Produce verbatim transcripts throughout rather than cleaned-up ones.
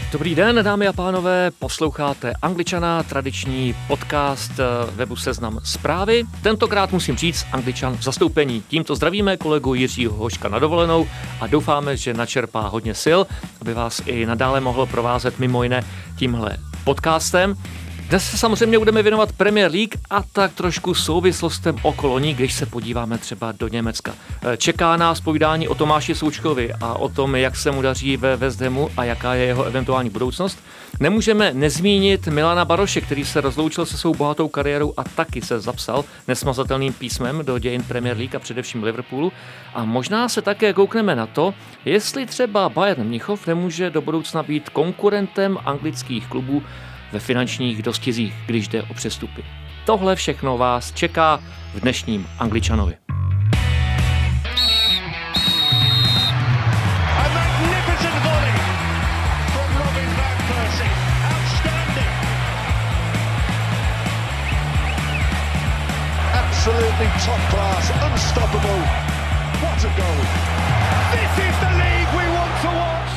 Dobrý den, dámy a pánové, posloucháte Angličana, tradiční podcast webu Seznam Zprávy. Tentokrát musím říct Angličan v zastoupení. Tímto zdravíme kolegu Jiřího Hoška na dovolenou a doufáme, že načerpá hodně sil, aby vás i nadále mohlo provázet mimo jiné tímhle podcastem. Dnes se samozřejmě budeme věnovat Premier League a tak trošku souvislostem okolo ní, když se podíváme třeba do Německa. Čeká nás povídání o Tomáši Součkovi a o tom, jak se mu daří ve West Hamu a jaká je jeho eventuální budoucnost. Nemůžeme nezmínit Milana Baroše, který se rozloučil se svou bohatou kariérou a taky se zapsal nesmazatelným písmem do dějin Premier League a především Liverpoolu. A možná se také koukneme na to, jestli třeba Bayern Mnichov nemůže do budoucna být konkurentem anglických klubů ve finančních dostizích, když jde o přestupy. Tohle všechno vás čeká v dnešním Angličanovi. Absolutely top class, unstoppable. What a goal. This is the league we want to watch.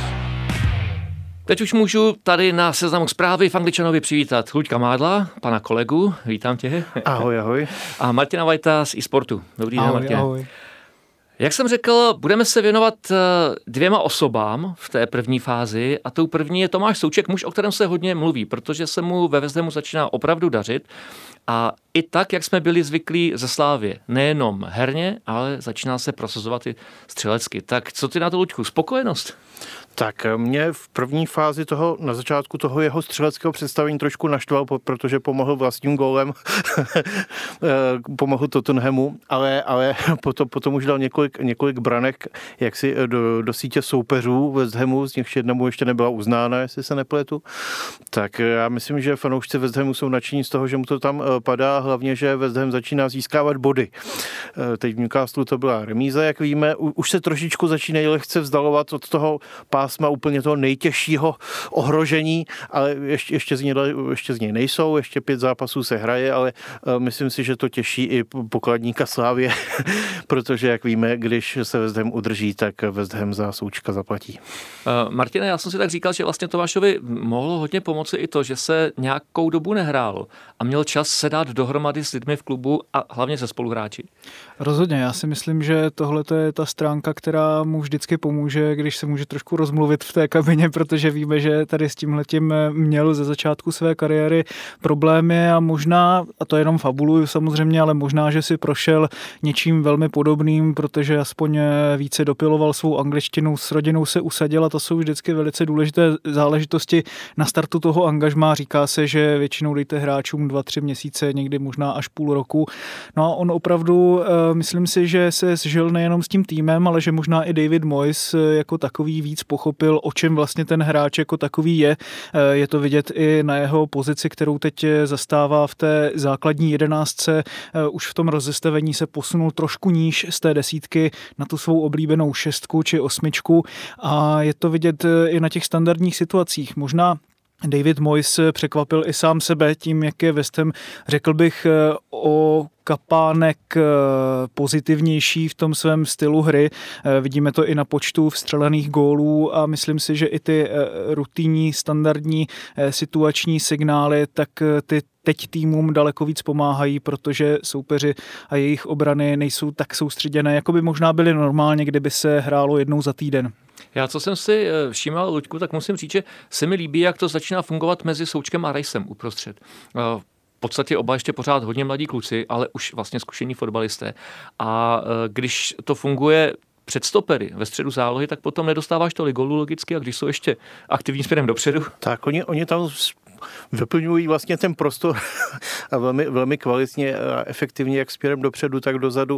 Teď už můžu tady na Seznamu Zprávy v Angličanovi přivítat Luďka Mádla, pana kolegu, vítám tě. Ahoj, ahoj. A Martina Vajta z eSportu. Dobrý den, ahoj, Martin. Ahoj. Jak jsem řekl, budeme se věnovat dvěma osobám v té první fázi a tou první je Tomáš Souček, muž, o kterém se hodně mluví, protože se mu ve West Hamu začíná opravdu dařit a i tak, jak jsme byli zvyklí ze Slávie, nejenom herně, ale začíná se prosazovat i střelecky. Tak co ty na to, Luďku, spokojenost? Tak mě v první fázi toho, na začátku toho jeho střeleckého představení trošku naštval, protože pomohl vlastním gólem, pomohl Tottenhamu, ale, ale potom, potom už dal několik, několik branek jaksi do, do sítě soupeřů West Hamu, z nichž jednomu ještě nebyla uznána, jestli se nepletu. Tak já myslím, že fanoušci West Hamu jsou nadšení z toho, že mu to tam padá, hlavně, že West Ham začíná získávat body. Teď v Newcastlu to byla remíza, jak víme, už se trošičku začínají lehce vzdalovat od toho pásma úplně toho nejtěžšího ohrožení, ale ještě, ještě, z něj, ještě z něj nejsou, ještě pět zápasů se hraje, ale myslím si, že to těší i pokladníka Slávie, protože, jak víme, když se West Ham udrží, tak West Ham za Součka zaplatí. Uh, Martine, já jsem si tak říkal, že vlastně Tomášovi mohlo hodně pomoci i to, že se nějakou dobu nehrálo a měl čas se dát dohromady s lidmi v klubu a hlavně se spoluhráči. Rozhodně, já si myslím, že tohle je ta stránka, která mu vždycky pomůže, když se může trošku rozmluvit v té kabině, protože víme, že tady s tímhletím měl ze začátku své kariéry problémy a možná, a to jenom fabuluju samozřejmě, ale možná, že si prošel něčím velmi podobným, protože aspoň více dopiloval svou angličtinu, s rodinou se usadil a to jsou vždycky velice důležité záležitosti na startu toho angažmá. Říká se, že většinou dejte hráčům dva, tři měsíce, někdy možná až půl roku. No a on opravdu, myslím si, že se sžil nejenom s tím týmem, ale že možná i David Moyes jako takový víc pochopil, o čem vlastně ten hráč jako takový je. Je to vidět i na jeho pozici, kterou teď zastává v té základní jedenáctce. Už v tom rozestavení se posunul trošku níž z té desítky na tu svou oblíbenou šestku či osmičku a je to vidět i na těch standardních situacích. Možná David Moyes překvapil i sám sebe tím, jak je West Ham, řekl bych, o kapánek pozitivnější v tom svém stylu hry. Vidíme to i na počtu vstřelených gólů a myslím si, že i ty rutinní, standardní situační signály, tak ty teď týmům daleko víc pomáhají, protože soupeři a jejich obrany nejsou tak soustředěné, jako by možná byly normálně, kdyby se hrálo jednou za týden. Já, co jsem si všímal, Luďku, tak musím říct, že se mi líbí, jak to začíná fungovat mezi Součkem a Ricem uprostřed. V podstatě oba ještě pořád hodně mladí kluci, ale už vlastně zkušení fotbalisté. A když to funguje před stopery ve středu zálohy, tak potom nedostáváš tolik gólů logicky a když jsou ještě aktivní směrem dopředu. Tak oni, oni tam vyplňují vlastně ten prostor a velmi, velmi kvalitně a efektivně, jak směrem dopředu, tak dozadu.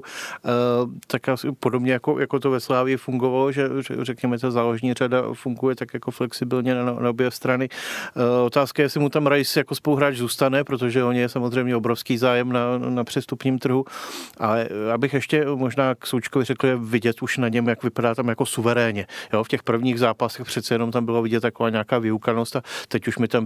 Tak asi podobně jako, jako to ve Slávii fungovalo, že řekněme, ta záložní řada funguje tak jako flexibilně na, na obě strany. Otázka je, jestli mu tam Rice jako spoluhráč zůstane, protože on je samozřejmě obrovský zájem na, na přestupním trhu, ale abych ještě možná k Součkovi řekl, je vidět už na něm, jak vypadá tam jako suverénně. Jo, v těch prvních zápasech přece jenom tam bylo vidět taková nějaká vyukanost a teď už mi tam přijde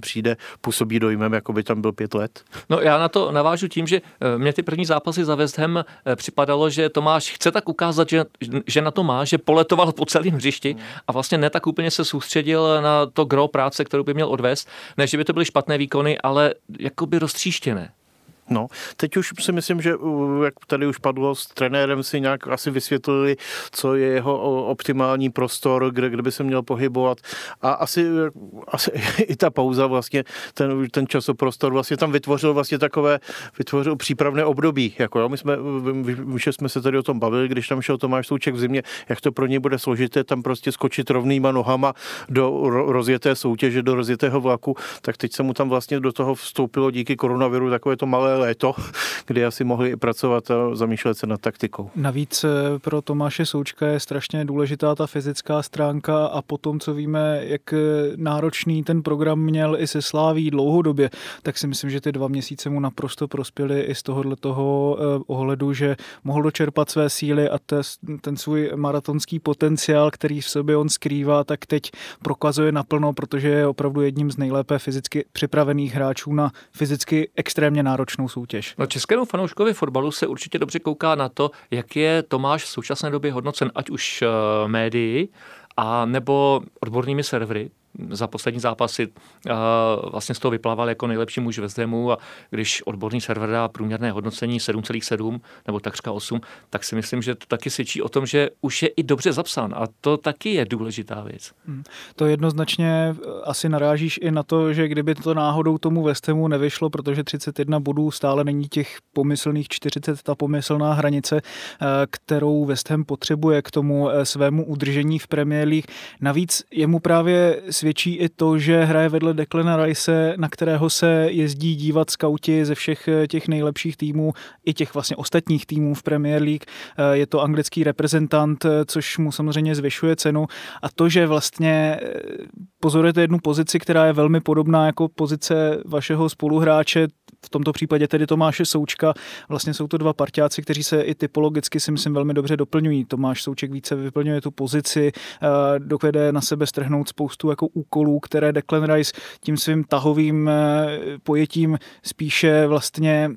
působí dojmem, jako by tam byl pět let. No já na to navážu tím, že mě ty první zápasy za West Ham připadalo, že Tomáš chce tak ukázat, že, že na to má, že poletoval po celém hřišti a vlastně ne tak úplně se soustředil na to gro práce, kterou by měl odvést. Ne, že by to byly špatné výkony, ale jakoby roztříštěné. No, teď už si myslím, že jak tady už padlo, s trenérem si nějak asi vysvětlili, co je jeho optimální prostor, kde, kde by se měl pohybovat a asi, asi i ta pauza vlastně, ten, ten časoprostor vlastně tam vytvořil vlastně takové, vytvořil přípravné období, jako jo, my jsme, my jsme se tady o tom bavili, když tam šel Tomáš Souček v zimě, jak to pro něj bude složité tam prostě skočit rovnýma nohama do rozjeté soutěže, do rozjetého vlaku, tak teď se mu tam vlastně do toho vstoupilo díky koronaviru takové to malé léto, kdy asi mohli pracovat a zamýšlet se nad taktikou. Navíc pro Tomáše Součka je strašně důležitá ta fyzická stránka a potom, co víme, jak náročný ten program měl i se Sláví dlouhodobě, tak si myslím, že ty dva měsíce mu naprosto prospěly i z tohohle toho ohledu, že mohl dočerpat své síly a te, ten svůj maratonský potenciál, který v sobě on skrývá, tak teď prokazuje naplno, protože je opravdu jedním z nejlépe fyzicky připravených hráčů na fyzicky extrémně náročnou soutěž. No, českému fanouškovi fotbalu se určitě dobře kouká na to, jak je Tomáš v současné době hodnocen, ať už uh, médii, a nebo odbornými servery. Za poslední zápasy uh, vlastně z toho vyplával jako nejlepší muž West Hamu a když odborný server dá průměrné hodnocení sedm celá sedm nebo takřka osm, tak si myslím, že to taky svědčí o tom, že už je i dobře zapsán a to taky je důležitá věc. Hmm. To jednoznačně asi narážíš i na to, že kdyby to náhodou tomu West Hamu nevyšlo, protože třicet jedna bodů stále není těch pomyslných čtyřicet, ta pomyslná hranice, kterou West Ham potřebuje k tomu svému udržení v Premier League. Navíc jemu právě svědčí i to, že hraje vedle Declana Rice, na kterého se jezdí dívat skauti ze všech těch nejlepších týmů, i těch vlastně ostatních týmů v Premier League. Je to anglický reprezentant, což mu samozřejmě zvyšuje cenu. A to, že vlastně pozorujete jednu pozici, která je velmi podobná jako pozice vašeho spoluhráče, v tomto případě tedy Tomáše Součka. Vlastně jsou to dva parťáci, kteří se i typologicky si myslím velmi dobře doplňují. Tomáš Souček více vyplňuje tu pozici, dokvede na sebe strhnout spoustu jako úkolů, které Declan Rice tím svým tahovým pojetím spíše vlastně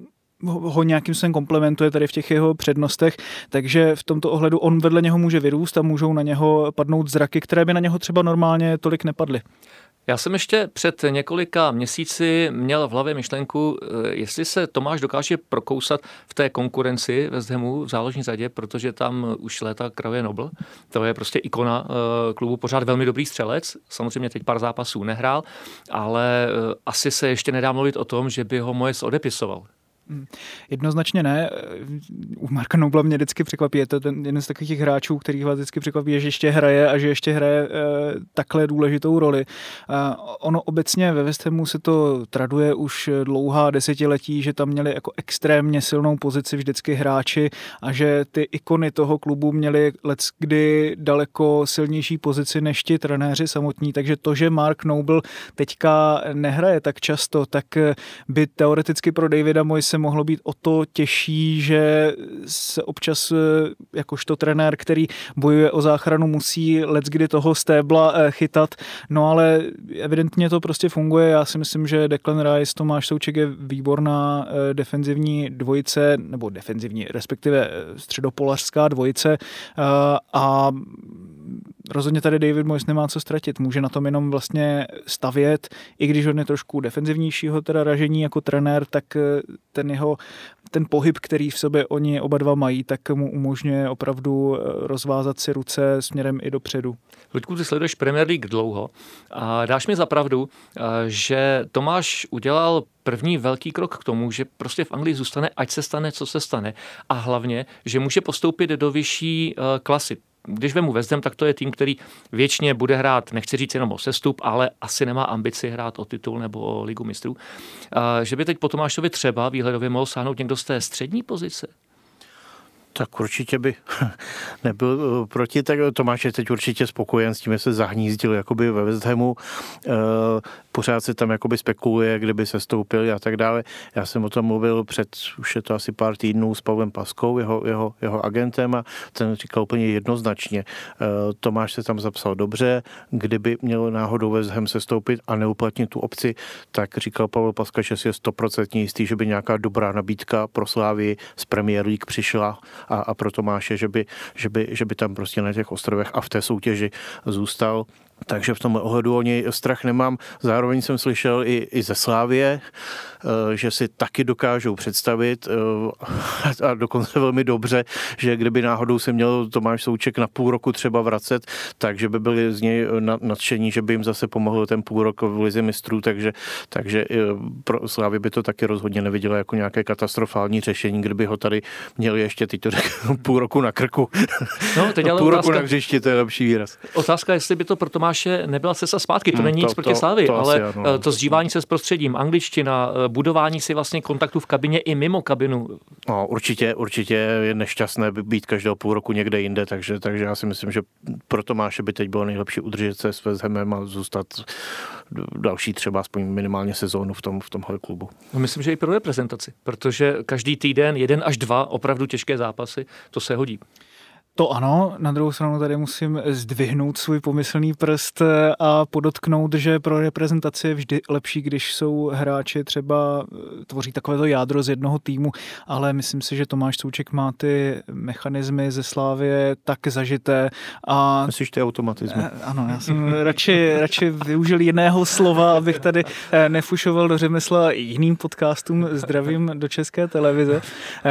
ho nějakým způsobem komplementuje tady v těch jeho přednostech, takže v tomto ohledu on vedle něho může vyrůst a můžou na něho padnout zraky, které by na něho třeba normálně tolik nepadly. Já jsem ještě před několika měsíci měl v hlavě myšlenku, jestli se Tomáš dokáže prokousat v té konkurenci West Hamu v záložní řadě, protože tam už léta krajuje Noble. To je prostě ikona klubu, pořád velmi dobrý střelec. Samozřejmě teď pár zápasů nehrál, ale asi se ještě nedá mluvit o tom, že by ho Moyes odepisoval. Jednoznačně ne. U Marka Nobla mě vždycky překvapí. Je to ten jeden z takových těch hráčů, který vás vždycky překvapí, že ještě hraje a že ještě hraje e, takhle důležitou roli. E, ono obecně ve West Hamu se to traduje už dlouhá desetiletí, že tam měli jako extrémně silnou pozici vždycky hráči a že ty ikony toho klubu měli leckdy daleko silnější pozici než ti trenéři samotní. Takže to, že Mark Noble teďka nehraje tak často, tak by teoreticky pro Davida Moyese mohlo být o to těžší, že se občas jakožto trenér, který bojuje o záchranu, musí leckdy toho stébla chytat. No ale evidentně to prostě funguje. Já si myslím, že Declan Rice, Tomáš Souček je výborná defenzivní dvojice, nebo defenzivní, respektive středopolařská dvojice a rozhodně tady David Moyes nemá co ztratit. Může na tom jenom vlastně stavět, i když on je trošku defenzivnějšího teda ražení jako trenér, tak ten jeho ten pohyb, který v sobě oni oba dva mají, tak mu umožňuje opravdu rozvázat si ruce směrem i dopředu. Luďku, ty sleduješ Premier League dlouho a dáš mi za pravdu, že Tomáš udělal první velký krok k tomu, že prostě v Anglii zůstane, ať se stane, co se stane. A hlavně, že může postoupit do vyšší klasy. Když vemu West Ham, tak to je tým, který věčně bude hrát, nechci říct jenom o sestup, ale asi nemá ambici hrát o titul nebo o ligu mistrů. Že by teď po Tomášovi třeba výhledově mohl sáhnout někdo z té střední pozice? Tak určitě by nebyl proti, tak Tomáš je teď určitě spokojen s tím, že se zahnízdil jakoby ve West Hamu. pořád se tam jakoby spekuluje, kdyby se stoupili a tak dále. Já jsem o tom mluvil před, už je to asi pár týdnů s Pavlem Paskou, jeho, jeho, jeho agentem a ten říkal úplně jednoznačně. Tomáš se tam zapsal dobře, kdyby měl náhodou West Ham se stoupit a neuplatnit tu opci, tak říkal Pavel Paska, že si je stoprocentně jistý, že by nějaká dobrá nabídka pro Slávii z Premier League přišla a, a pro Tomáše, že by, že, by, že by tam prostě na těch ostrovech a v té soutěži zůstal. Takže v tom ohledu o něj strach nemám. Zároveň jsem slyšel i, i ze Slávie, že si taky dokážou představit a dokonce velmi dobře, že kdyby náhodou se měl Tomáš Souček na půl roku třeba vracet, takže by byli z něj nadšení, že by jim zase pomohl ten půl rok v lize mistrů, takže, takže pro Slávy by to taky rozhodně nevidělo jako nějaké katastrofální řešení, kdyby ho tady měli ještě teď to půl roku na krku. No, teď ale půl otázka, roku na hřišti, to je lepší výraz. Otázka, jestli by to pro Tomáše nebyla cesta zpátky, to není nic proti Slávy, ale ano, to, to zžívání se s prostředím, angličtina, budování si vlastně kontaktu v kabině i mimo kabinu. No, určitě, určitě je nešťastné být každého půl roku někde jinde, takže, takže já si myslím, že pro Tomáše by teď bylo nejlepší udržet se s West Hamem a zůstat další třeba aspoň minimálně sezónu v tom v tomhle klubu. No, myslím, že i pro reprezentaci, protože každý týden jeden až dva opravdu těžké zápasy, to se hodí. To ano, na druhou stranu tady musím zdvihnout svůj pomyslný prst a podotknout, že pro reprezentaci je vždy lepší, když jsou hráči třeba tvoří takovéto jádro z jednoho týmu, ale myslím si, že Tomáš Souček má ty mechanismy ze Slávie tak zažité a... Myslíš ty automatizmy? Ano, já jsem radši, radši využil jiného slova, abych tady nefušoval do řemesla jiným podcastům. Zdravím do České televize.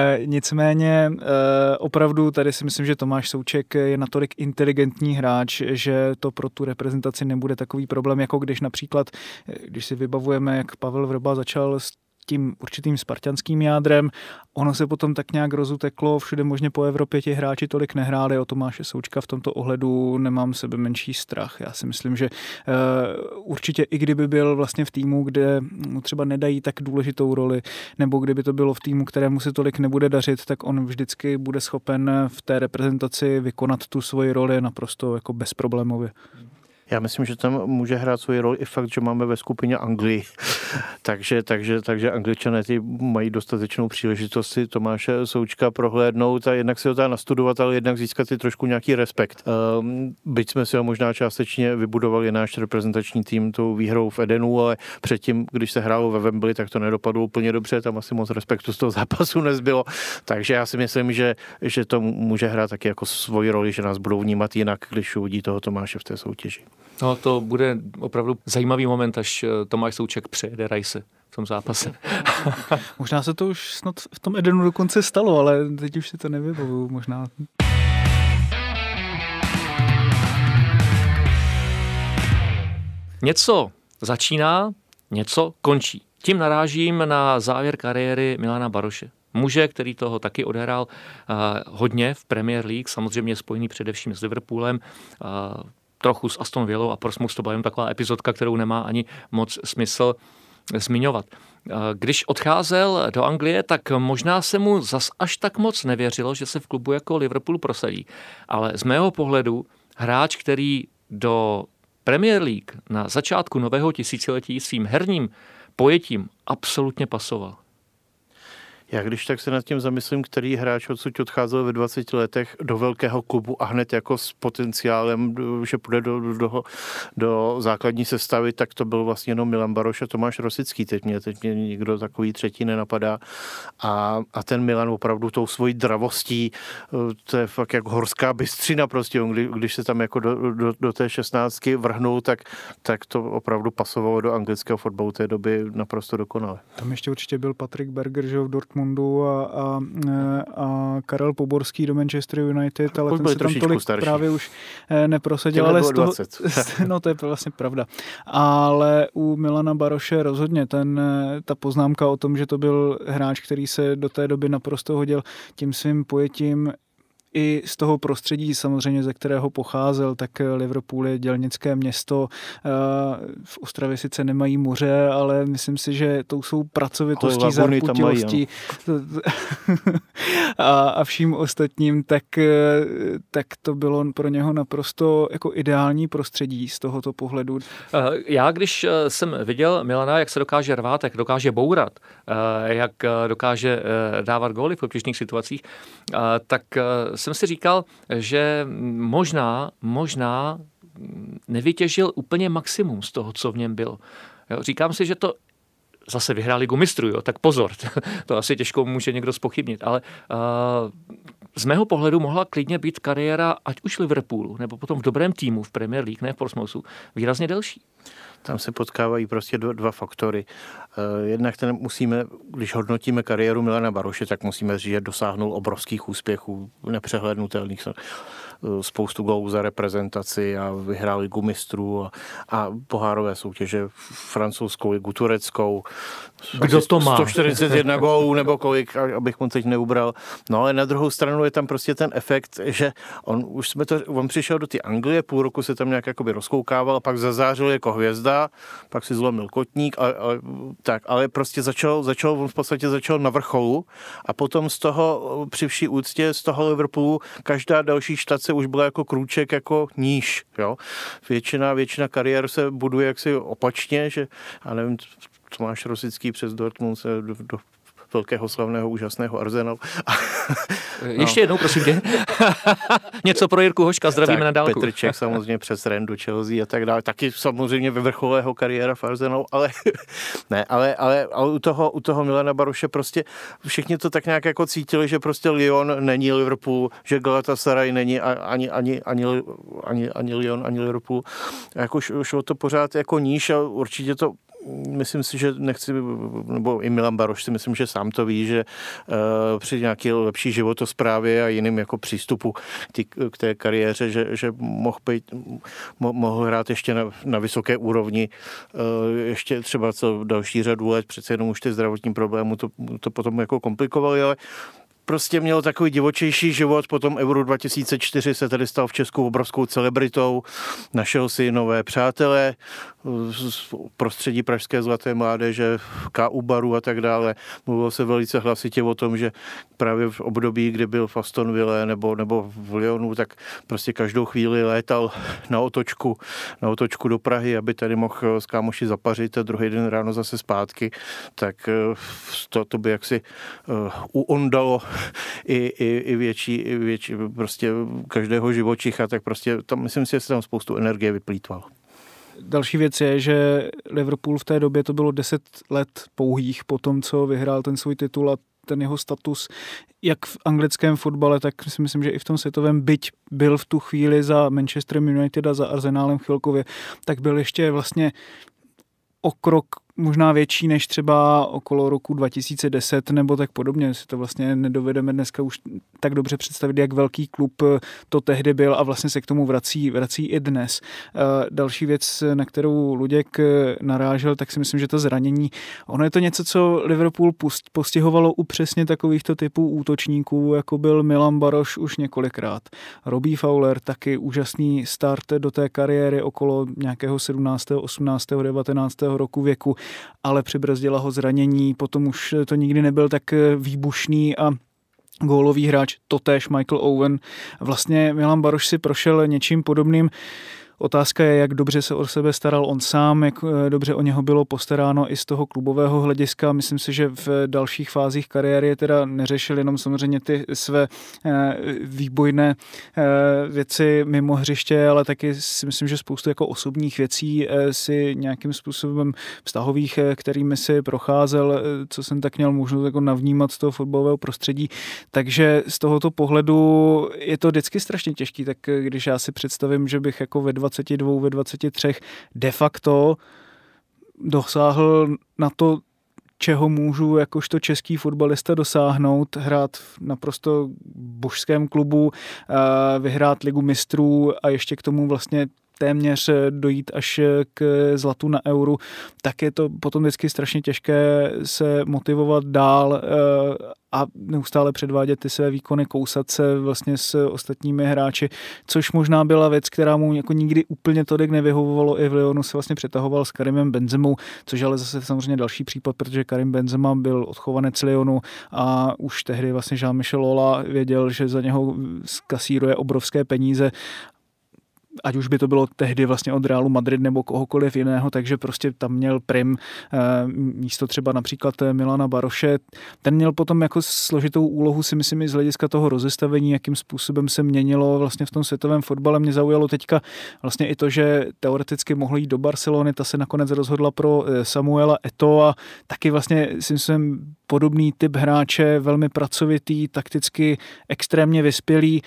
Nicméně opravdu tady si myslím, že Tomáš Souček je natolik inteligentní hráč, že to pro tu reprezentaci nebude takový problém, jako když například, když si vybavujeme, jak Pavel Vrba začal s tím určitým spartanským jádrem, ono se potom tak nějak rozuteklo, všude možně po Evropě ti hráči tolik nehráli, o Tomáše Součka v tomto ohledu nemám sebe menší strach. Já si myslím, že uh, určitě i kdyby byl vlastně v týmu, kde mu třeba nedají tak důležitou roli, nebo kdyby to bylo v týmu, kterému se tolik nebude dařit, tak on vždycky bude schopen v té reprezentaci vykonat tu svoji roli naprosto jako bezproblémově. Já myslím, že tam může hrát svoji roli i fakt, že máme ve skupině Anglii. takže, takže, takže Angličané ty mají dostatečnou příležitost si Tomáše Součka prohlédnout a jednak si ho tam nastudovat, ale jednak získat si trošku nějaký respekt. Um, byť jsme si ho možná částečně vybudovali náš reprezentační tým tou výhrou v Edenu, ale předtím, když se hrálo ve Wembley, tak to nedopadlo úplně dobře, tam asi moc respektu z toho zápasu nezbylo. Takže já si myslím, že, že to může hrát taky jako svoji roli, že nás budou vnímat jinak, když uvidí toho Tomáše v té soutěži. No, to bude opravdu zajímavý moment, až Tomáš Souček přejede Rajse v tom zápase. Možná se to už snad v tom Edenu dokonce stalo, ale teď už si to nevybavuju možná. Něco začíná, něco končí. Tím narážím na závěr kariéry Milana Baroše. Muže, který toho taky odehrál uh, hodně v Premier League, samozřejmě spojený především s Liverpoolem, uh, trochu s Aston Villou a prosmus to byla jen taková epizodka, kterou nemá ani moc smysl zmiňovat. Když odcházel do Anglie, tak možná se mu zas až tak moc nevěřilo, že se v klubu jako Liverpool prosadí. Ale z mého pohledu hráč, který do Premier League na začátku nového tisíciletí svým herním pojetím absolutně pasoval. Já když tak se nad tím zamyslím, který hráč odsud odcházel ve dvaceti letech do velkého klubu a hned jako s potenciálem, že půjde do, do, do základní sestavy, tak to byl vlastně jenom Milan Baroš a Tomáš Rosický. Teď mě, teď mě nikdo takový třetí nenapadá. A, a ten Milan opravdu tou svojí dravostí, to je fakt jako horská bystřina prostě. Kdy, když se tam jako do, do, do té šestnáctky vrhnul, tak, tak to opravdu pasovalo do anglického fotbalu té doby naprosto dokonale. Tam ještě určitě byl Patrik Berger, že v Dortmundu a, a, a Karel Poborský do Manchester United, ale ten se tam tolik starší. Právě už neprosadil. Ale z toho, no to je vlastně pravda. Ale u Milana Baroše rozhodně ten, ta poznámka o tom, že to byl hráč, který se do té doby naprosto hodil tím svým pojetím i z toho prostředí samozřejmě, ze kterého pocházel, tak Liverpool je dělnické město. V Ostravě sice nemají moře, ale myslím si, že to jsou pracovitostí, zarputilostí a, a vším ostatním, tak, tak to bylo pro něho naprosto jako ideální prostředí z tohoto pohledu. Já, když jsem viděl Milana, jak se dokáže rvát, jak dokáže bourat, jak dokáže dávat góly v obtížných situacích, tak jsem si říkal, že možná, možná nevytěžil úplně maximum z toho, co v něm bylo. Jo, říkám si, že to zase vyhrál Ligu mistrů, jo, tak pozor, to asi těžko může někdo zpochybnit, ale uh, z mého pohledu mohla klidně být kariéra ať už Liverpoolu, nebo potom v dobrém týmu v Premier League, ne v Portsmouthu, výrazně delší. Tam se potkávají prostě dva, dva faktory. Jednak ten musíme, když hodnotíme kariéru Milana Baroše, tak musíme říct, že dosáhnul obrovských úspěchů, nepřehlednutelných, spoustu gólů za reprezentaci a vyhrál Ligu mistrů a, a pohárové soutěže, francouzskou ligu, tureckou. Kdo to má? sto čtyřicet jedna gólů nebo kolik, abych mu teď neubral. No ale na druhou stranu je tam prostě ten efekt, že on už jsme to, on přišel do té Anglie, půl roku se tam nějak jakoby rozkoukával, pak zazářil jako hvězda, pak si zlomil kotník, a, a, tak, ale prostě začal, začal, on v podstatě začal na vrcholu a potom z toho, při vší úctě, z toho Liverpoolu, každá další štace už byla jako krůček jako níž, jo. Většina, většina kariér se buduje jaksi opačně, že, já nevím, Tomáš Rosický přes Dortmund se do, do velkého, slavného, úžasného Arsenalu. No. Ještě jednou, prosím tě. Něco pro Jirku Hoška, zdravíme tak, na dálku. Petrček samozřejmě přes Rennes do Chelsea a tak dále. Taky samozřejmě ve vrcholého kariéra v Arsenalu, ale ne, ale, ale, ale u toho, u toho Milana Baroše prostě všichni to tak nějak jako cítili, že prostě Lyon není Liverpool, že Galatasaray není ani, ani, ani, ani, ani Lyon, ani Liverpool. Jako šlo to pořád jako níž a určitě to myslím si, že nechci, nebo i Milan Baroš si myslím, že sám to ví, že uh, při nějaké lepší životosprávě a jiným jako přístupu tý, k té kariéře, že, že mohl, být, mo, mohl hrát ještě na, na vysoké úrovni uh, ještě třeba co další řadu let, přece jenom už ty zdravotní problémy to, to potom jako komplikovaly, ale prostě měl takový divočejší život, potom Euro dva tisíce čtyři se tady stal v Česku obrovskou celebritou, našel si nové přátelé z prostředí pražské zlaté mládeže, K U baru a tak dále. Mluvilo se velice hlasitě o tom, že právě v období, kdy byl v Aston Ville nebo, nebo v Lyonu, tak prostě každou chvíli létal na otočku, na otočku do Prahy, aby tady mohl s kámoši zapařit a druhý den ráno zase zpátky. Tak to, to by jaksi uondalo I, i, i větší, i větší prostě každého živočicha, tak prostě tam, myslím si, že se tam spoustu energie vyplýtval. Další věc je, že Liverpool v té době to bylo deset let pouhých po tom, co vyhrál ten svůj titul a ten jeho status, jak v anglickém fotbale, tak si myslím, že i v tom světovém, byť byl v tu chvíli za Manchesterem United a za Arsenálem chvilkově, tak byl ještě vlastně o krok možná větší než třeba okolo roku dva tisíce deset nebo tak podobně. Si to vlastně nedovedeme dneska už tak dobře představit, jak velký klub to tehdy byl a vlastně se k tomu vrací, vrací i dnes. Další věc, na kterou Luděk narážel, tak si myslím, že to zranění, ono je to něco, co Liverpool postihovalo u přesně takovýchto typů útočníků, jako byl Milan Baroš už několikrát. Robbie Fowler, taky úžasný start do té kariéry okolo nějakého sedmnáctého, osmnáctého, devatenáctého roku věku, ale přibrzdila ho zranění, potom už to nikdy nebyl tak výbušný a gólový hráč, totéž Michael Owen. Vlastně Milan Baroš si prošel něčím podobným. Otázka je, jak dobře se o sebe staral on sám, jak dobře o něho bylo postaráno i z toho klubového hlediska. Myslím si, že v dalších fázích kariéry teda neřešil jenom samozřejmě ty své výbojné věci mimo hřiště, ale taky si myslím, že spoustu jako osobních věcí si nějakým způsobem vztahových, kterými si procházel, co jsem tak měl možnost jako navnímat z toho fotbalového prostředí. Takže z tohoto pohledu je to vždycky strašně těžký, tak když já si představím, že bych jako ve dvaceti dvou, ve dvaceti třech de facto dosáhl na to, čeho můžu jakožto český fotbalista dosáhnout, hrát v naprosto božském klubu, vyhrát Ligu mistrů a ještě k tomu vlastně téměř dojít až k zlatu na euru, tak je to potom vždycky strašně těžké se motivovat dál a neustále předvádět ty své výkony, kousat se vlastně s ostatními hráči, což možná byla věc, která mu jako nikdy úplně tolik nevyhovovalo. I v Lyonu se vlastně přetahoval s Karimem Benzemou, což ale zase samozřejmě další případ, protože Karim Benzema byl odchovanec Lyonu a už tehdy vlastně Jean-Michel Lola věděl, že za něho skasíruje obrovské peníze, ať už by to bylo tehdy vlastně od Realu Madrid nebo kohokoliv jiného, takže prostě tam měl prim místo třeba například Milana Baroše. Ten měl potom jako složitou úlohu, si myslím, i z hlediska toho rozestavení, jakým způsobem se měnilo vlastně v tom světovém fotbale. Mě zaujalo teďka vlastně i to, že teoreticky mohl jít do Barcelony, ta se nakonec rozhodla pro Samuela Eto'o a taky vlastně si myslím podobný typ hráče, velmi pracovitý, takticky extrémně vyspělý.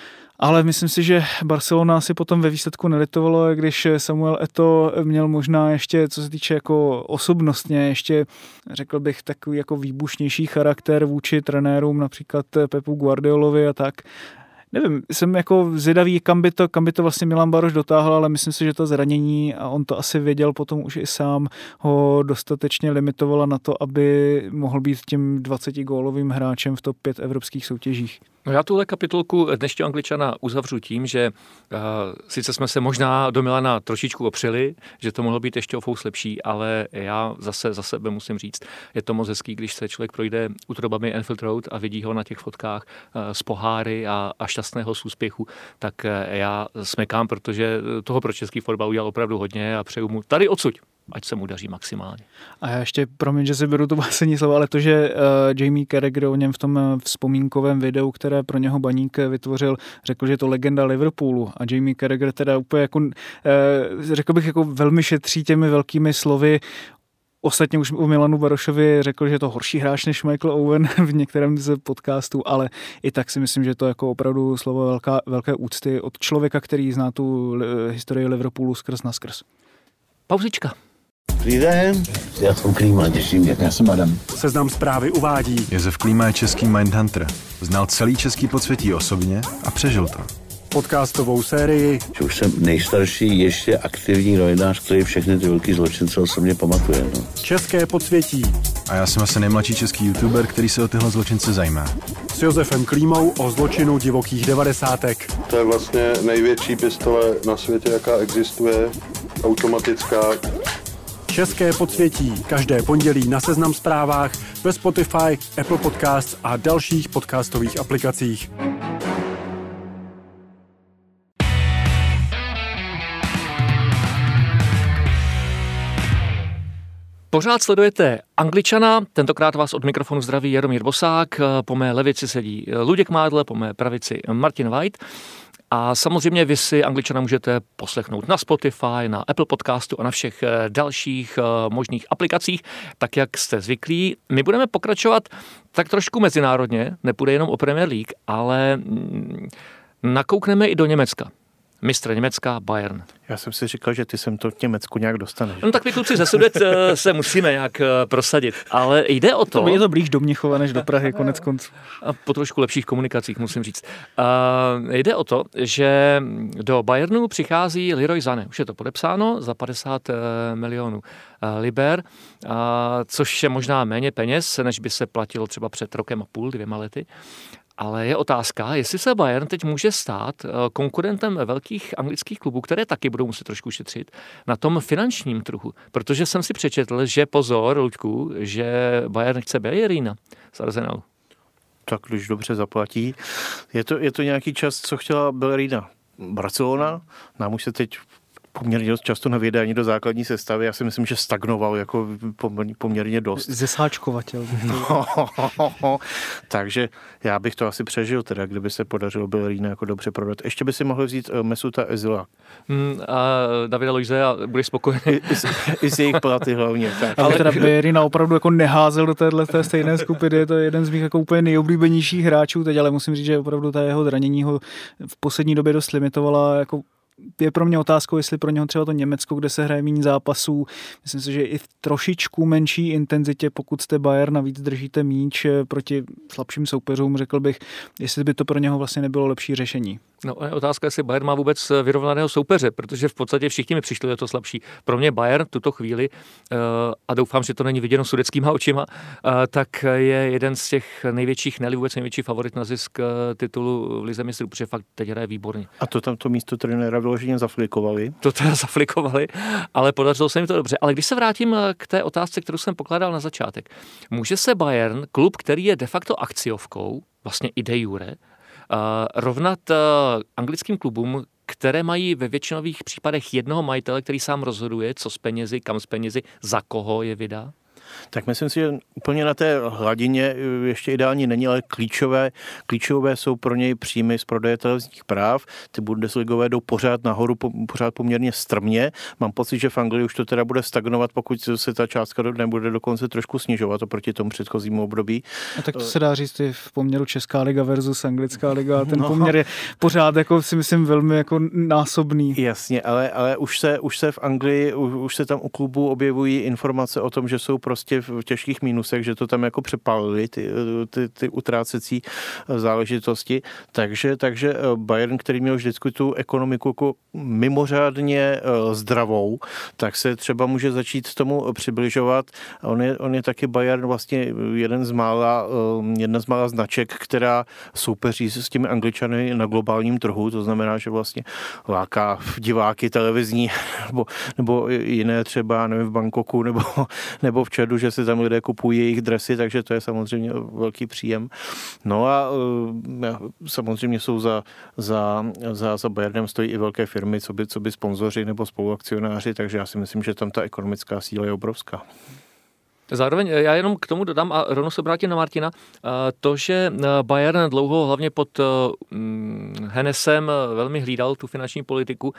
Ale myslím si, že Barcelona si potom ve výsledku nelitovalo, když Samuel Eto'o měl možná ještě, co se týče jako osobnostně, ještě řekl bych takový jako výbušnější charakter vůči trenérům, například Pepu Guardiolovi a tak. Nevím, jsem jako zvědavý, kam by to, kam by to vlastně Milan Baroš dotáhl, ale myslím si, že to zranění, a on to asi věděl potom už i sám, ho dostatečně limitovalo na to, aby mohl být tím dvacetigólovým hráčem v top pět evropských soutěžích. No já tuhle kapitolku dnešního Angličana uzavřu tím, že uh, sice jsme se možná do Milana trošičku opřeli, že to mohlo být ještě o fous lepší, ale já zase za sebe musím říct, je to moc hezký, když se člověk projde útrobami Anfield Road a vidí ho na těch fotkách uh, z poháry a, a šťastného z úspěchu, tak uh, já smekám, protože toho pro český fotbal udělal opravdu hodně a přeju mu tady odsud, ať se mu daří maximálně. A já ještě, promiň, že si beru to básení slovo, ale to, že uh, Jamie Carragher o něm v tom vzpomínkovém videu, které pro něho Baník vytvořil, řekl, že je to legenda Liverpoolu a Jamie Carragher teda úplně jako, uh, řekl bych, jako velmi šetří těmi velkými slovy. Ostatně už u Milanu Barošovi řekl, že je to horší hráč než Michael Owen v některém z podcastů, ale i tak si myslím, že to je jako opravdu slovo velká, velké úcty od člověka, který zná tu historii Liverpoolu skrz na skrz. Pauzička. Dobrý den, já jsem Klíma, těším mě. Já jsem Adam. Seznam Zprávy uvádí. Josef Klíma je český Mindhunter. Znal celý český podsvětí osobně a přežil to. Podcastovou sérii. Že už jsem nejstarší ještě aktivní novinář, který všechny ty velký zločince osobně pamatuje. No. České podsvětí. A já jsem asi nejmladší český youtuber, který se o tyhle zločince zajímá. S Josefem Klímou o zločinu divokých devadesátek. To je vlastně největší pistole na světě, jaká existuje, automatická. České podsvětí. Každé pondělí na Seznam Zprávách, ve Spotify, Apple Podcasts a dalších podcastových aplikacích. Pořád sledujete Angličana, tentokrát vás od mikrofonu zdraví Jaromír Bosák, po mé levici sedí Luděk Mádle, po mé pravici Martin White. A samozřejmě vy si Angličana můžete poslechnout na Spotify, na Apple Podcastu a na všech dalších možných aplikacích, tak jak jste zvyklí. My budeme pokračovat tak trošku mezinárodně, nepůjde jenom o Premier League, ale nakoukneme i do Německa. Mistr Německa Bayern. Já jsem si říkal, že ty sem to v Německu nějak dostaneš. No tak my kluci ze Sudet se musíme nějak prosadit, ale jde o to... To je to blíž do Mnichova než do Prahy, konec konců. A po trošku lepších komunikacích, musím říct. Uh, jde o to, že do Bayernu přichází Leroy Sané. Už je to podepsáno za padesát milionů uh, liber, uh, což je možná méně peněz, než by se platilo třeba před rokem a půl, dvěma lety. Ale je otázka, jestli se Bayern teď může stát konkurentem velkých anglických klubů, které taky budou muset trošku šetřit na tom finančním trhu. Protože jsem si přečetl, že pozor, Luďku, že Bayern chce Bellerina z Arsenalu. Tak když dobře zaplatí. Je to, je to nějaký čas, co chtěla Bellerina Barcelona. Nám už se teď poměrně dost často nevěde ani do základní sestavy. Já si myslím, že stagnoval jako poměrně dost. Zesáčkovatel. No, takže já bych to asi přežil, teda, kdyby se podařilo Bellerina jako dobře prodat. Ještě by si mohl vzít Mesuta Özila. Hmm, a Davida Luize a budeš spokojený. I, i, I z jejich platy hlavně. Tak. Ale teda Bellerina opravdu jako neházel do téhle té stejné skupiny. Je to jeden z mých jako úplně nejoblíbenějších hráčů teď, ale musím říct, že opravdu ta jeho zranění ho v poslední době dost limitovala. Jako je pro mě otázkou, jestli pro něho třeba to Německo, kde se hraje méně zápasů, myslím si, že i v trošičku menší intenzitě, pokud jste Bayern, navíc držíte míč proti slabším soupeřům, řekl bych, jestli by to pro něho vlastně nebylo lepší řešení. No, otázka, jestli Bayern má vůbec vyrovnaného soupeře, protože v podstatě všichni mi přišli, že to slabší. Pro mě Bayern tuto chvíli, a doufám, že to není viděno sudeckýma očima, tak je jeden z těch největších, ne vůbec největší favorit na zisk titulu v lize mistrů, protože fakt teď hraje výborně. A to tam to místo trenéra vyloženě zaflikovali. To teda zaflikovali, ale podařilo se jim to dobře. Ale když se vrátím k té otázce, kterou jsem pokládal na začátek, může se Bayern, klub, který je de facto akciovkou, vlastně i de jure, Uh, rovnat uh, anglickým klubům, které mají ve většinových případech jednoho majitele, který sám rozhoduje, co s penězi, kam s penězi, za koho je vydá? Tak myslím si, že úplně na té hladině ještě ideální není, ale klíčové, klíčové jsou pro něj příjmy z prodeje televizních práv. Ty Bundesligové jdou pořád nahoru, pořád poměrně strmě. Mám pocit, že v Anglii už to teda bude stagnovat, pokud se ta částka nebude dokonce trošku snižovat oproti tomu předchozímu období. A tak to se dá říct i v poměru Česká liga versus Anglická liga. Ten no. poměr je pořád, jako si myslím, velmi jako násobný. Jasně, ale, ale už, se, už se v Anglii, už, už se tam u klubu objevují informace o tom, že jsou prostě v těžkých mínusech, že to tam jako přepálili ty, ty, ty utrácecí záležitosti. Takže, takže Bayern, který měl vždycky tu ekonomiku jako mimořádně zdravou, tak se třeba může začít tomu přibližovat. On je, on je taky Bayern vlastně jeden z mála, jedna z mála značek, která soupeří s těmi Angličany na globálním trhu, to znamená, že vlastně láká diváky televizní nebo, nebo jiné třeba, nevím, v Bangkoku nebo, nebo v Čadu, že si tam lidé kupují jejich dresy, takže to je samozřejmě velký příjem. No a samozřejmě jsou za, za, za, za Bayernem stojí i velké firmy, co by, co by sponzoři nebo spoluakcionáři, takže já si myslím, že tam ta ekonomická síla je obrovská. Zároveň já jenom k tomu dodám a rovnou se obrátím na Martina, to, že Bayern dlouho hlavně pod Hennesem velmi hlídal tu finanční politiku,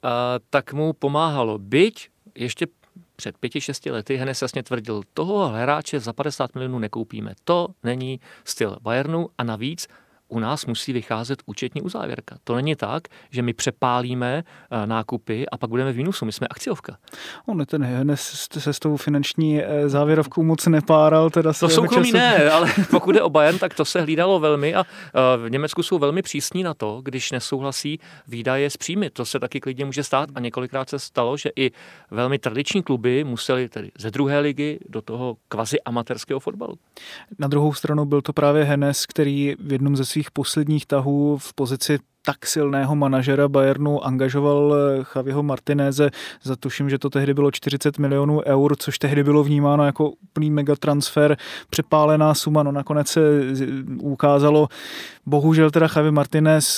tak mu pomáhalo. Byť ještě před pěti, šesti lety Hennes jasně tvrdil, toho hráče za padesát milionů nekoupíme. To není styl Bayernu a navíc u nás musí vycházet účetní uzávěrka. To není tak, že my přepálíme nákupy a pak budeme v mínusu. My jsme akciovka. On ten Hennes se s tou finanční závěrovkou moc nepáral. Teda to soukromí času... ne, ale pokud je o Bayern, tak to se hlídalo velmi a v Německu jsou velmi přísní na to, když nesouhlasí výdaje s příjmy. To se taky klidně může stát a několikrát se stalo, že i velmi tradiční kluby museli tedy ze druhé ligy do toho kvazi amatérského fotbalu. Na druhou stranu byl to právě Hennes, který v jednom ze svých posledních tahů v pozici tak silného manažera Bayernu angažoval Javiho Martineze za tuším, že to tehdy bylo čtyřicet milionů eur, což tehdy bylo vnímáno jako úplný megatransfer, přepálená suma, no nakonec se ukázalo, bohužel teda Javi Martinez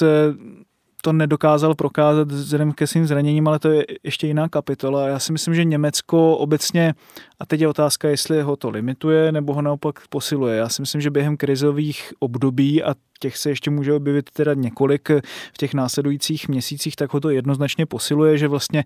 to nedokázal prokázat vzhledem ke svým zraněním, ale to je ještě jiná kapitola. Já si myslím, že Německo obecně, a teď je otázka, jestli ho to limituje, nebo ho naopak posiluje. Já si myslím, že během krizových období, a těch se ještě může objevit teda několik v těch následujících měsících, tak ho to jednoznačně posiluje, že vlastně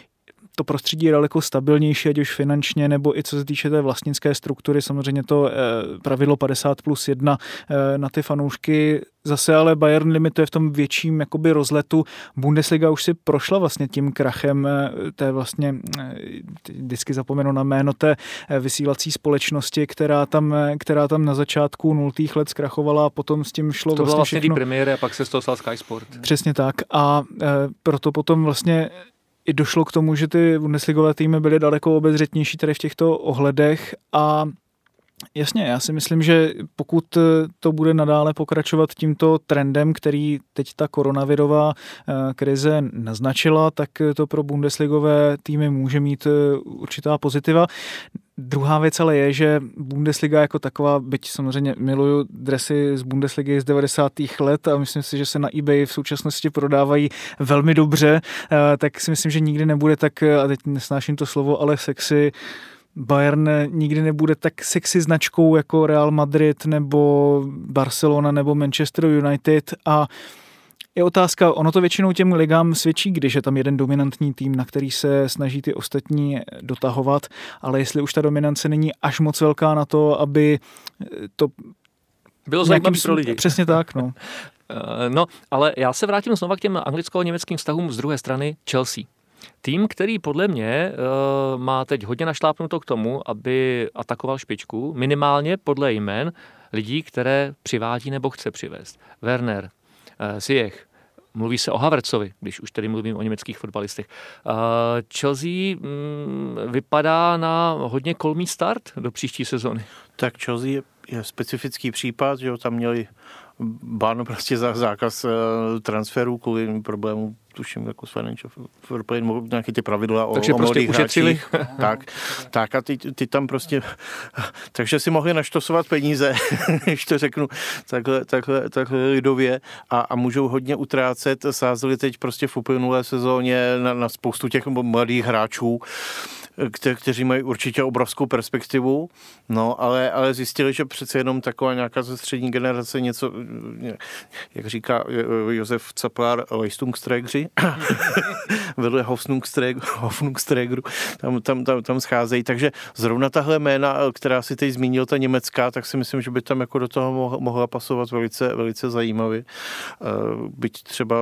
to prostředí je daleko stabilnější, ať už finančně, nebo i co se týče té vlastnické struktury. Samozřejmě to eh, pravidlo padesát plus jedna eh, na ty fanoušky. Zase ale Bayern limituje v tom větším jakoby rozletu. Bundesliga už si prošla vlastně tím krachem eh, té vlastně, eh, vždycky zapomenu na jméno té eh, vysílací společnosti, která tam, eh, která tam na začátku nultých let zkrachovala a potom s tím šlo to vlastně vlastně všechno. To byla vlastně premiéry a pak se z toho stal Sky Sport. Přesně tak a eh, proto potom vlastně i došlo k tomu, že ty Bundesligové týmy byly daleko obezřetnější tady v těchto ohledech a jasně, já si myslím, že pokud to bude nadále pokračovat tímto trendem, který teď ta koronavirová krize naznačila, tak to pro Bundesligové týmy může mít určitá pozitiva. Druhá věc ale je, že Bundesliga jako taková, byť samozřejmě miluju dresy z Bundesligy z devadesátých let a myslím si, že se na eBay v současnosti prodávají velmi dobře, tak si myslím, že nikdy nebude tak, a teď nesnáším to slovo, ale sexy, Bayern nikdy nebude tak sexy značkou jako Real Madrid nebo Barcelona nebo Manchester United a je otázka, ono to většinou těm ligám svědčí, když je tam jeden dominantní tým, na který se snaží ty ostatní dotahovat, ale jestli už ta dominance není až moc velká na to, aby to bylo zajímavé pro lidi. Přesně tak, no. No, ale já se vrátím znova k těm anglicko-německým vztahům z druhé strany Chelsea. Tým, který podle mě uh, má teď hodně našlápnuto k tomu, aby atakoval špičku, minimálně podle jmen lidí, které přivádí nebo chce přivést. Werner, uh, Ziyech, mluví se o Havertzovi, když už tedy mluvím o německých fotbalistech. Uh, Chelsea mm, vypadá na hodně kolmý start do příští sezony. Tak Chelsea je, je specifický případ, že jo, tam měli ban prostě za zákaz uh, transferů kvůli problému, tuším, jako s Financial Fair Play, nějaký ty pravidla o, takže o prostě mladých ušetřili. hráčích. tak, tak a ty, ty tam prostě, takže si mohli naštosovat peníze, když to řeknu takhle, takhle, takhle lidově a, a můžou hodně utrácet, sázeli teď prostě v uplynulé sezóně na, na spoustu těch mladých hráčů, kte, kteří mají určitě obrovskou perspektivu, no, ale, ale zjistili, že přece jenom taková nějaká ze střední generace něco, jak říká Josef Caplár, Leistungsträgři, vedle Hoffnungsträgru, tam, tam, tam, tam scházejí, takže zrovna tahle jména, která si teď zmínil, ta německá, tak si myslím, že by tam jako do toho mohla pasovat velice, velice zajímavě. Byť třeba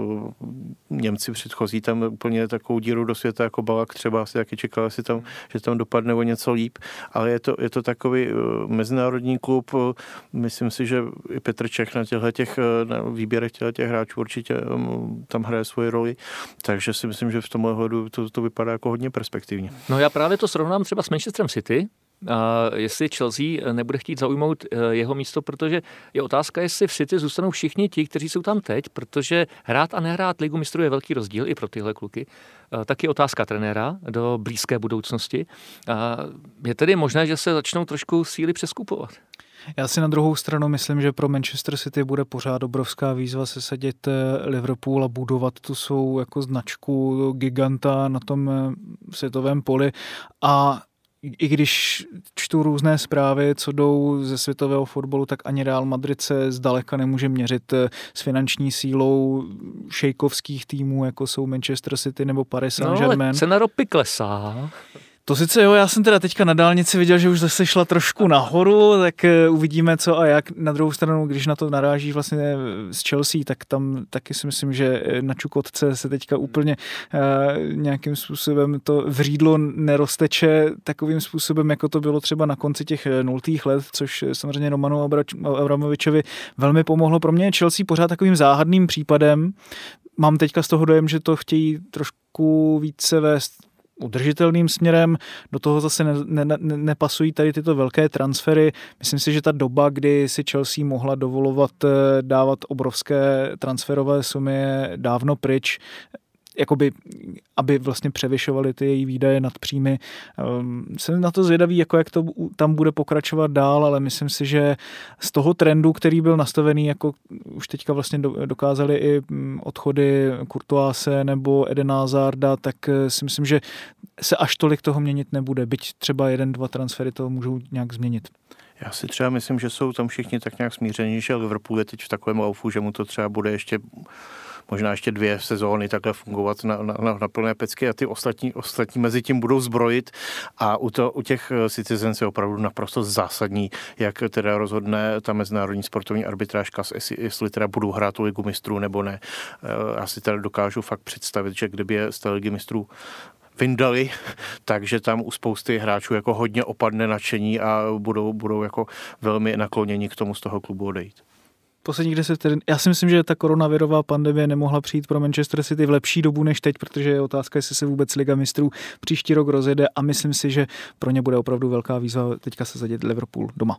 Němci předchozí tam úplně takovou díru do světa jako Balak třeba asi taky čekal, si tam, že tam dopadne o něco líp, ale je to, je to takový mezinárodní klub, myslím si, že i Petr Čech na těchto těch, na výběrech těch hráčů určitě tam hraje svoji roli, takže si myslím, že v tomhle hledu to, to vypadá jako hodně perspektivně. No já právě to srovnám třeba s Manchesterem City, a jestli Chelsea nebude chtít zaujmout jeho místo, protože je otázka, jestli v City zůstanou všichni ti, kteří jsou tam teď, protože hrát a nehrát Ligu mistrů je velký rozdíl i pro tyhle kluky. Taky otázka trenéra do blízké budoucnosti. A je tedy možné, že se začnou trošku síly přeskupovat. Já si na druhou stranu myslím, že pro Manchester City bude pořád obrovská výzva sesadit Liverpool a budovat tu svou jako značku giganta na tom světovém poli a i když čtu různé zprávy, co jdou ze světového fotbalu, tak ani Real Madrid se zdaleka nemůže měřit s finanční sílou šejkovských týmů, jako jsou Manchester City nebo Paris Saint-Germain. No ale cena ropy klesá. To sice jo, já jsem teda teďka na dálnici viděl, že už zase šla trošku nahoru, tak uvidíme co a jak. Na druhou stranu, když na to naráží vlastně z Chelsea, tak tam taky si myslím, že na Čukotce se teďka úplně uh, nějakým způsobem to vřídlo nerozteče takovým způsobem, jako to bylo třeba na konci těch nultých let, což samozřejmě Romanu Abramovičovi velmi pomohlo. Pro mě je Chelsea pořád takovým záhadným případem. Mám teďka z toho dojem, že to chtějí trošku více vést udržitelným směrem, do toho zase ne, ne, ne, nepasují tady tyto velké transfery. Myslím si, že ta doba, kdy si Chelsea mohla dovolovat dávat obrovské transferové sumy, je dávno pryč, jakoby, aby vlastně převyšovaly ty její výdaje nad příjmy. Jsem na to zvědavý, jako jak to tam bude pokračovat dál, ale myslím si, že z toho trendu, který byl nastavený, jako už teďka vlastně dokázali i odchody Courtoise nebo Edena Hazarda, tak si myslím, že se až tolik toho měnit nebude, byť třeba jeden, dva transfery to můžou nějak změnit. Já si třeba myslím, že jsou tam všichni tak nějak smíření, že Liverpool je teď v takovém laufu, že mu to třeba bude ještě možná ještě dvě sezóny takhle fungovat na, na, na plné pecky a ty ostatní, ostatní mezi tím budou zbrojit a u, to, u těch Citizens je opravdu naprosto zásadní, jak teda rozhodne ta mezinárodní sportovní arbitrážka, jestli, jestli teda budou hrát tu Ligu mistrů nebo ne. Já si teda dokážu fakt představit, že kdyby je z té Ligy mistrů vyndali, takže tam u spousty hráčů jako hodně opadne nadšení a budou, budou jako velmi nakloněni k tomu z toho klubu odejít. Posledních deset vteřin. Já si myslím, že ta koronavirová pandemie nemohla přijít pro Manchester City v lepší dobu než teď, protože je otázka, jestli se vůbec Liga mistrů příští rok rozjede a myslím si, že pro ně bude opravdu velká výzva teďka se zadět Liverpool doma.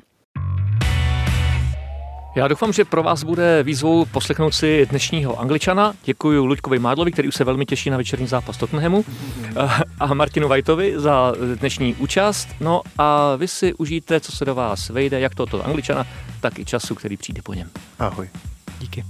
Já doufám, že pro vás bude výzvou poslechnout si dnešního Angličana. Děkuji Luďkovi Mádlovi, který už se velmi těší na večerní zápas Tottenhamu, a Martinu Whiteovi za dnešní účast. No a vy si užijte, co se do vás vejde, jak tohoto Angličana, tak i času, který přijde po něm. Ahoj. Díky.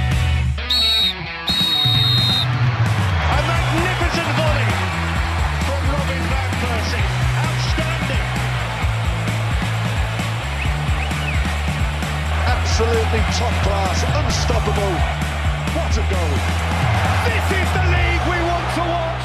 Absolutely top class, unstoppable. What a goal. This is the league we want to watch.